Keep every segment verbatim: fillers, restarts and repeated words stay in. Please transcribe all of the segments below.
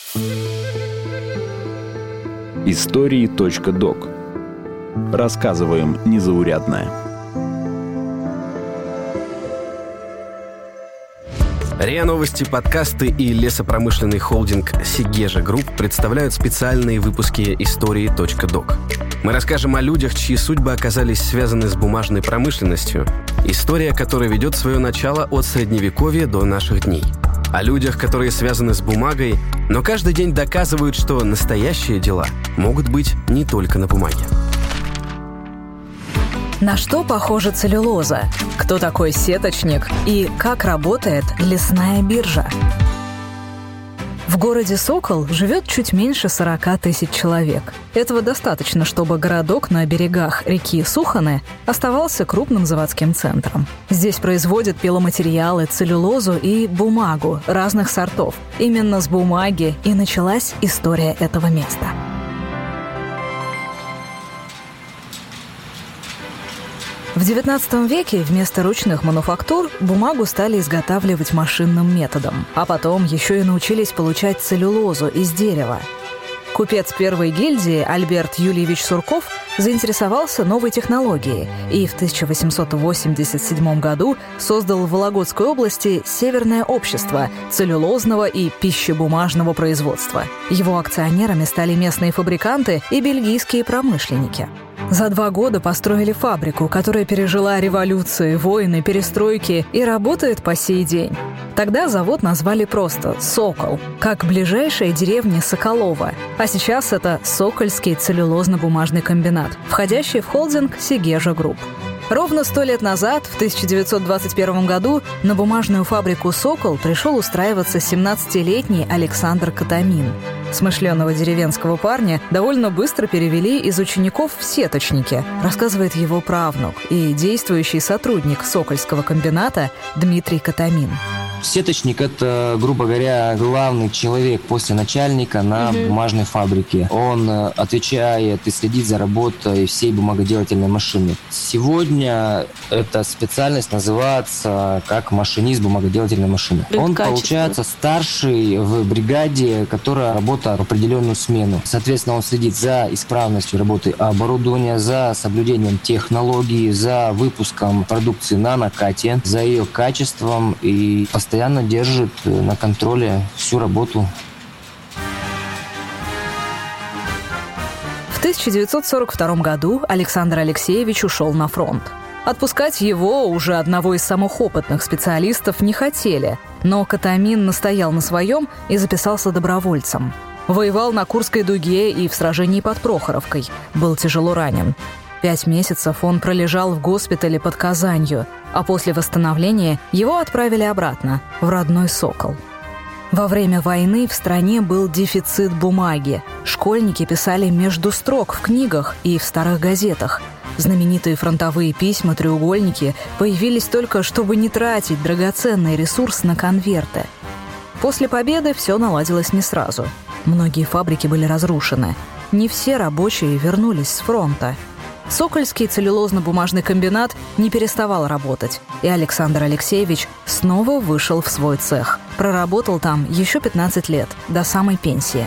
Истории.док. Рассказываем незаурядное. РИА Новости, подкасты и лесопромышленный холдинг «Сегежа Групп» представляют специальные выпуски «Истории.док». Мы расскажем о людях, чьи судьбы оказались связаны с бумажной промышленностью. История, которая ведет свое начало от Средневековья до наших дней. О людях, которые связаны с бумагой, но каждый день доказывают, что настоящие дела могут быть не только на бумаге. На что похожа целлюлоза? Кто такой сеточник? И как работает лесная биржа? В городе Сокол живет чуть меньше сорока тысяч человек. Этого достаточно, чтобы городок на берегах реки Суханы оставался крупным заводским центром. Здесь производят пиломатериалы, целлюлозу и бумагу разных сортов. Именно с бумаги и началась история этого места. В девятнадцатом веке вместо ручных мануфактур бумагу стали изготавливать машинным методом, а потом еще и научились получать целлюлозу из дерева. Купец первой гильдии Альберт Юльевич Сурков заинтересовался новой технологией и в тысяча восемьсот восемьдесят седьмом году создал в Вологодской области Северное общество целлюлозного и пищебумажного производства. Его акционерами стали местные фабриканты и бельгийские промышленники. За два года построили фабрику, которая пережила революции, войны, перестройки и работает по сей день. Тогда завод назвали просто «Сокол», как ближайшая деревня Соколова. А сейчас это Сокольский целлюлозно-бумажный комбинат, входящий в холдинг «Сегежа Групп». Ровно сто лет назад, в тысяча девятьсот двадцать первом году, на бумажную фабрику «Сокол» пришел устраиваться семнадцатилетний Александр Катамин. Смышленого деревенского парня довольно быстро перевели из учеников в сеточники, рассказывает его правнук и действующий сотрудник Сокольского комбината Дмитрий Катамин. Сеточник – это, грубо говоря, главный человек после начальника на mm-hmm. бумажной фабрике. Он отвечает и следит за работой всей бумагоделательной машины. Сегодня эта специальность называется как машинист бумагоделательной машины. Это он, качество. Получается, старший в бригаде, которая работает в определенную смену. Соответственно, он следит за исправностью работы оборудования, за соблюдением технологий, за выпуском продукции на накате, за ее качеством и постоянно постоянно держит на контроле всю работу. В тысяча девятьсот сорок втором году Александр Алексеевич ушел на фронт. Отпускать его, уже одного из самых опытных специалистов, не хотели, но Катамин настоял на своем и записался добровольцем. Воевал на Курской дуге и в сражении под Прохоровкой. Был тяжело ранен. Пять месяцев он пролежал в госпитале под Казанью, а после восстановления его отправили обратно, в родной Сокол. Во время войны в стране был дефицит бумаги. Школьники писали между строк в книгах и в старых газетах. Знаменитые фронтовые письма-треугольники появились только, чтобы не тратить драгоценный ресурс на конверты. После победы все наладилось не сразу. Многие фабрики были разрушены. Не все рабочие вернулись с фронта. Сокольский целлюлозно-бумажный комбинат не переставал работать, и Александр Алексеевич снова вышел в свой цех. Проработал там еще пятнадцать лет, до самой пенсии.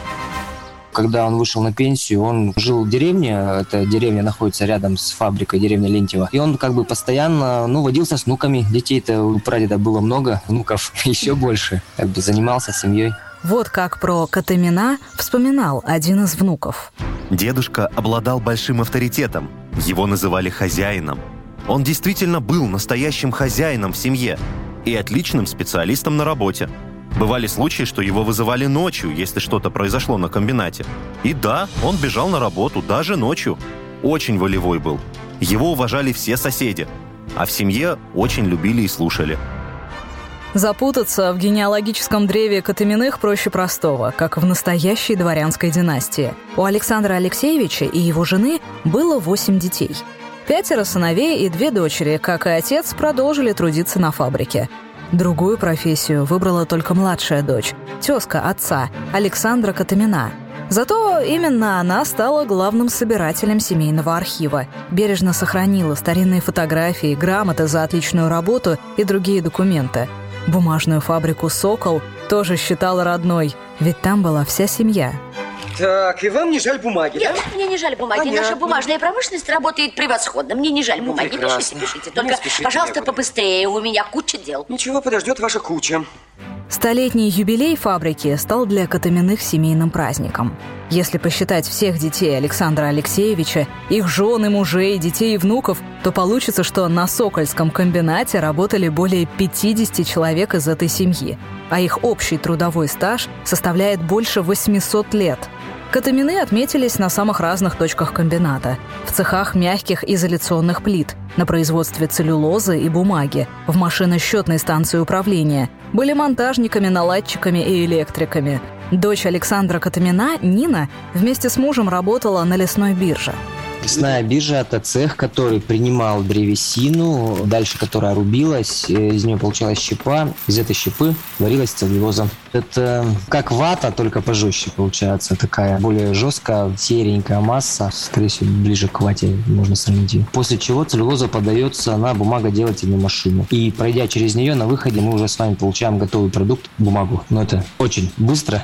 Когда он вышел на пенсию, он жил в деревне, эта деревня находится рядом с фабрикой, деревня Лентьево. И он как бы постоянно, ну, водился с внуками. Детей-то у прадеда было много, внуков еще больше. Как бы занимался семьей. Вот как про Катамина вспоминал один из внуков. Дедушка обладал большим авторитетом. Его называли хозяином. Он действительно был настоящим хозяином в семье и отличным специалистом на работе. Бывали случаи, что его вызывали ночью, если что-то произошло на комбинате. И да, он бежал на работу даже ночью. Очень волевой был. Его уважали все соседи. А в семье очень любили и слушали. Запутаться в генеалогическом древе Катаминых проще простого, как в настоящей дворянской династии. У Александра Алексеевича и его жены было восемь детей. Пятеро сыновей и две дочери, как и отец, продолжили трудиться на фабрике. Другую профессию выбрала только младшая дочь, тезка отца, Александра Катамина. Зато именно она стала главным собирателем семейного архива, бережно сохранила старинные фотографии, грамоты за отличную работу и другие документы. Бумажную фабрику «Сокол» тоже считала родной, ведь там была вся семья. Так, и вам не жаль бумаги, Нет, да? мне не жаль бумаги. Понятно. Наша бумажная промышленность работает превосходно. Мне не жаль Ну, бумаги. прекрасно. Пишите, пишите. Ну, Только, спешите пожалуйста, некуда. побыстрее. У меня куча дел. Ничего, подождет ваша куча. Столетний юбилей фабрики стал для Катаминых семейным праздником. Если посчитать всех детей Александра Алексеевича, их жен и мужей, детей и внуков, то получится, что на Сокольском комбинате работали более пятьдесят человек из этой семьи, а их общий трудовой стаж составляет больше восемьсот лет. Катамины отметились на самых разных точках комбината. В цехах мягких изоляционных плит, на производстве целлюлозы и бумаги, в машиносчетной станции управления, были монтажниками, наладчиками и электриками. Дочь Александра Катамина, Нина, вместе с мужем работала на лесной бирже. Лесная биржа – это цех, который принимал древесину, дальше которая рубилась, из нее получалась щепа, из этой щепы варилась целлюлоза. Это как вата, только пожестче получается, такая более жесткая, серенькая масса, скорее всего, ближе к вате можно сравнить ее. После чего целлюлоза подается на бумагоделательную машину. И пройдя через нее, на выходе мы уже с вами получаем готовый продукт, бумагу. Но это очень быстро.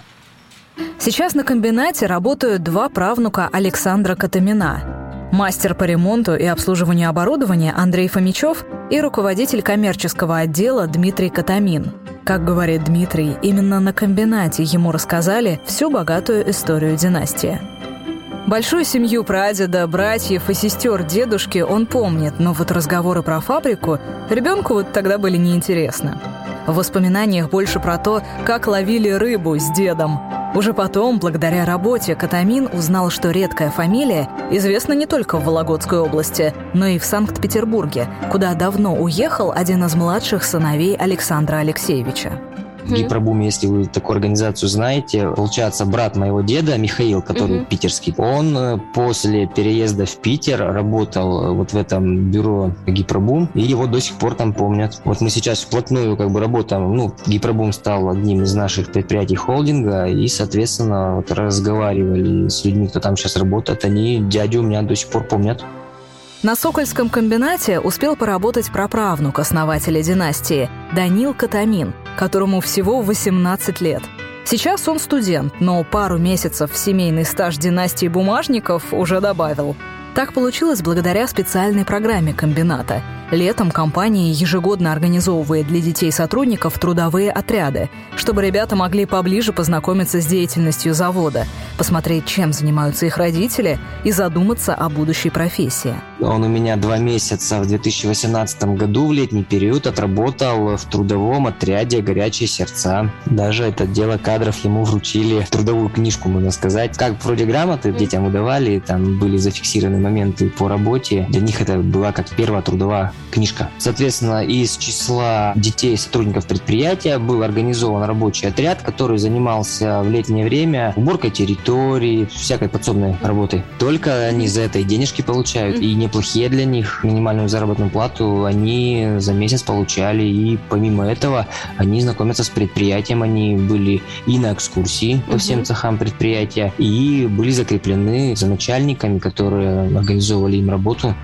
Сейчас на комбинате работают два правнука Александра Катамина. Мастер по ремонту и обслуживанию оборудования Андрей Фомичев и руководитель коммерческого отдела Дмитрий Катамин. Как говорит Дмитрий, именно на комбинате ему рассказали всю богатую историю династии. Большую семью прадеда, братьев и сестер дедушки он помнит, но вот разговоры про фабрику ребенку вот тогда были неинтересны. В воспоминаниях больше про то, как ловили рыбу с дедом. Уже потом, благодаря работе, Катамин узнал, что редкая фамилия известна не только в Вологодской области, но и в Санкт-Петербурге, куда давно уехал один из младших сыновей Александра Алексеевича. В Гипробуме, если вы такую организацию знаете, получается, брат моего деда, Михаил, который Мгм. питерский, он после переезда в Питер работал вот в этом бюро Гипробум, и его до сих пор там помнят. Вот мы сейчас вплотную как бы работаем, ну, Гипробум стал одним из наших предприятий холдинга, и, соответственно, вот разговаривали с людьми, кто там сейчас работает, они дядю у меня до сих пор помнят. На Сокольском комбинате успел поработать праправнук основателя династии Данил Катамин, которому всего восемнадцать лет. Сейчас он студент, но пару месяцев в семейный стаж династии бумажников уже добавил. Так получилось благодаря специальной программе комбината. Летом компания ежегодно организовывает для детей сотрудников трудовые отряды, чтобы ребята могли поближе познакомиться с деятельностью завода, посмотреть, чем занимаются их родители, и задуматься о будущей профессии. Он у меня два месяца в две тысячи восемнадцатом году в летний период отработал в трудовом отряде «Горячие сердца». Даже это дело кадров ему вручили трудовую книжку, можно сказать. Как вроде грамоты детям выдавали, там были зафиксированы моменты по работе. Для них это была как первая трудовая книжка. Соответственно, из числа детей сотрудников предприятия был организован рабочий отряд, который занимался в летнее время уборкой территории, всякой подсобной работой. Только они за это и денежки получают, и неплохие для них. Минимальную заработную плату они за месяц получали, и помимо этого они знакомятся с предприятием, они были и на экскурсии по всем цехам предприятия, и были закреплены за начальниками, которые организовывали им работу.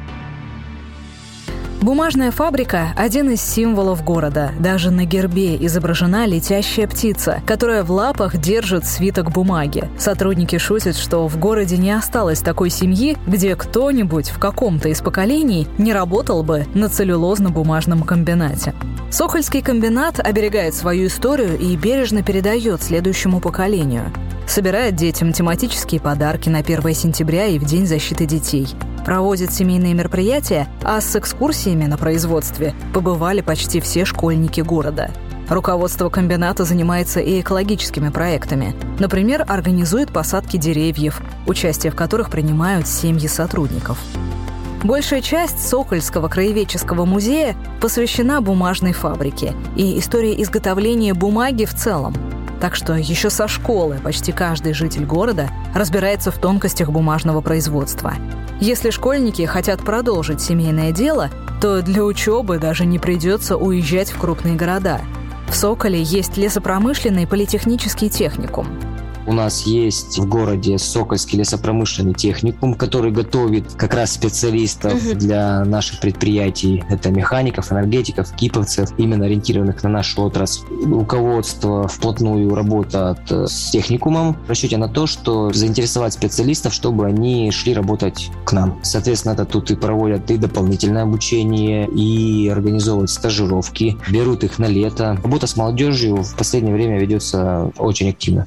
Бумажная фабрика – один из символов города. Даже на гербе изображена летящая птица, которая в лапах держит свиток бумаги. Сотрудники шутят, что в городе не осталось такой семьи, где кто-нибудь в каком-то из поколений не работал бы на целлюлозно-бумажном комбинате. Сокольский комбинат оберегает свою историю и бережно передает следующему поколению. Собирает детям тематические подарки на первое сентября и в День защиты детей. Проводит семейные мероприятия, а с экскурсиями на производстве побывали почти все школьники города. Руководство комбината занимается и экологическими проектами. Например, организует посадки деревьев, участие в которых принимают семьи сотрудников. Большая часть Сокольского краеведческого музея посвящена бумажной фабрике и истории изготовления бумаги в целом. Так что еще со школы почти каждый житель города разбирается в тонкостях бумажного производства. Если школьники хотят продолжить семейное дело, то для учебы даже не придется уезжать в крупные города. В Соколе есть лесопромышленный политехнический техникум. У нас есть в городе Сокольский лесопромышленный техникум, который готовит как раз специалистов угу. для наших предприятий. Это механиков, энергетиков, киповцев, именно ориентированных на нашу отрасль. Руководство вплотную работает с техникумом в расчете на то, что заинтересовать специалистов, чтобы они шли работать к нам. Соответственно, это тут и проводят и дополнительное обучение, и организовывают стажировки, берут их на лето. Работа с молодежью в последнее время ведется очень активно.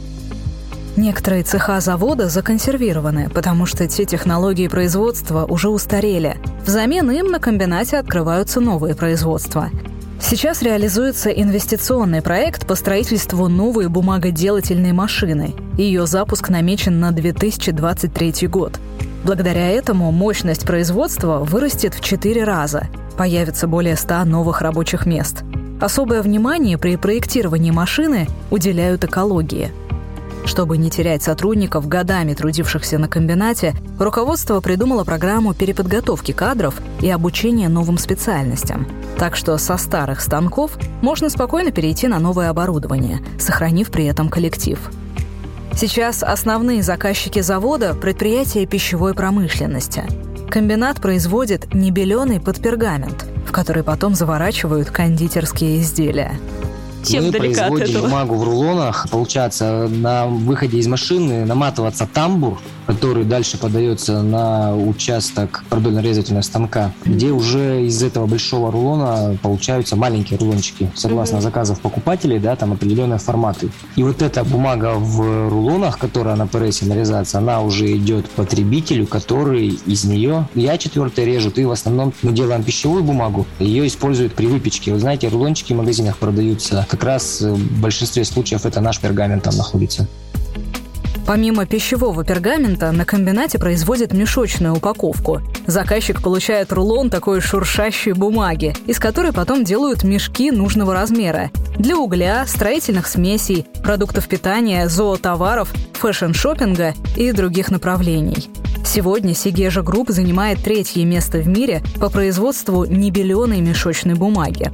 Некоторые цеха завода законсервированы, потому что те технологии производства уже устарели. Взамен им на комбинате открываются новые производства. Сейчас реализуется инвестиционный проект по строительству новой бумагоделательной машины. Ее запуск намечен на две тысячи двадцать третий год. Благодаря этому мощность производства вырастет в четыре раза. Появится более ста новых рабочих мест. Особое внимание при проектировании машины уделяют экологии. Чтобы не терять сотрудников, годами трудившихся на комбинате, руководство придумало программу переподготовки кадров и обучения новым специальностям. Так что со старых станков можно спокойно перейти на новое оборудование, сохранив при этом коллектив. Сейчас основные заказчики завода – предприятия пищевой промышленности. Комбинат производит небеленый подпергамент, в который потом заворачивают кондитерские изделия. Мы производим бумагу в рулонах. Получается, на выходе из машины наматываться тамбур, который дальше подается на участок продольно-резательного станка, где уже из этого большого рулона получаются маленькие рулончики. Согласно mm-hmm. заказов покупателей, да, там определенные форматы. И вот эта бумага в рулонах, которая на прессе нарезается, она уже идет потребителю, который из нее я четвертый режут. И в основном мы делаем пищевую бумагу. Ее используют при выпечке. Вы знаете, рулончики в магазинах продаются. Как раз в большинстве случаев это наш пергамент там находится. Помимо пищевого пергамента, на комбинате производят мешочную упаковку. Заказчик получает рулон такой шуршащей бумаги, из которой потом делают мешки нужного размера для угля, строительных смесей, продуктов питания, зоотоваров, фэшн-шоппинга и других направлений. Сегодня Сегежа Групп занимает третье место в мире по производству небеленой мешочной бумаги.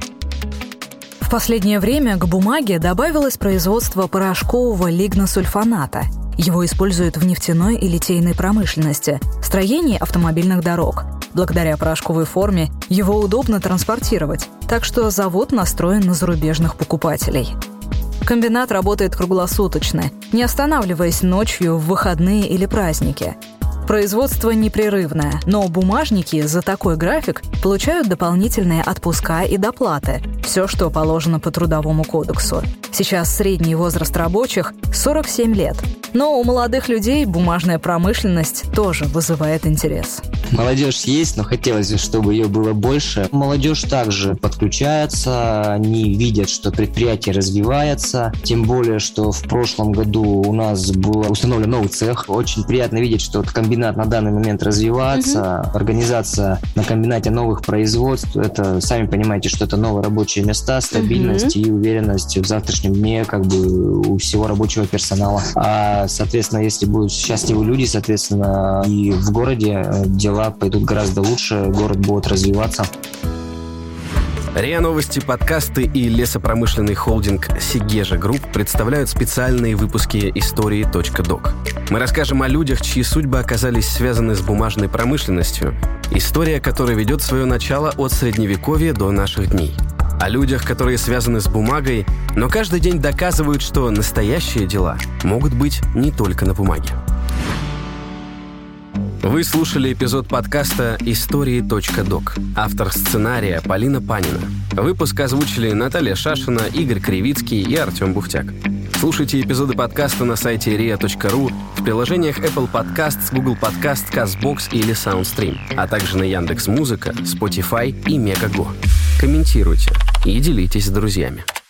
В последнее время к бумаге добавилось производство порошкового лигносульфоната. Его используют в нефтяной и литейной промышленности, строении автомобильных дорог. Благодаря порошковой форме его удобно транспортировать, так что завод настроен на зарубежных покупателей. Комбинат работает круглосуточно, не останавливаясь ночью, в выходные или праздники. Производство непрерывное, но бумажники за такой график получают дополнительные отпуска и доплаты. Все, что положено по Трудовому кодексу. Сейчас средний возраст рабочих – сорок семь лет. Но у молодых людей бумажная промышленность тоже вызывает интерес. Молодежь есть, но хотелось бы, чтобы ее было больше. Молодежь также подключается, они видят, что предприятие развивается. Тем более, что в прошлом году у нас был установлен новый цех. Очень приятно видеть, что комбинат на данный момент развивается. Угу. Организация на комбинате новых производств. Это, сами понимаете, что это новые рабочие места, стабильность угу. и уверенность в завтрашнем дне как бы у всего рабочего персонала. А, соответственно, если будут счастливы люди, соответственно, и в городе дела пойдут гораздо лучше, город будет развиваться. РИА Новости, подкасты и лесопромышленный холдинг «Сегежа Групп» представляют специальные выпуски истории точка док. Мы расскажем о людях, чьи судьбы оказались связаны с бумажной промышленностью, история которой ведет свое начало от Средневековья до наших дней. О людях, которые связаны с бумагой, но каждый день доказывают, что настоящие дела могут быть не только на бумаге. Вы слушали эпизод подкаста «Истории точка док». Автор сценария Полина Панина. Выпуск озвучили Наталья Шашина, Игорь Кривицкий и Артем Бухтяк. Слушайте эпизоды подкаста на сайте риа точка ру, в приложениях Apple Podcasts, Google Podcast, CastBox или SoundStream, а также на Яндекс.Музыка, Spotify и Мегаго. Комментируйте и делитесь с друзьями.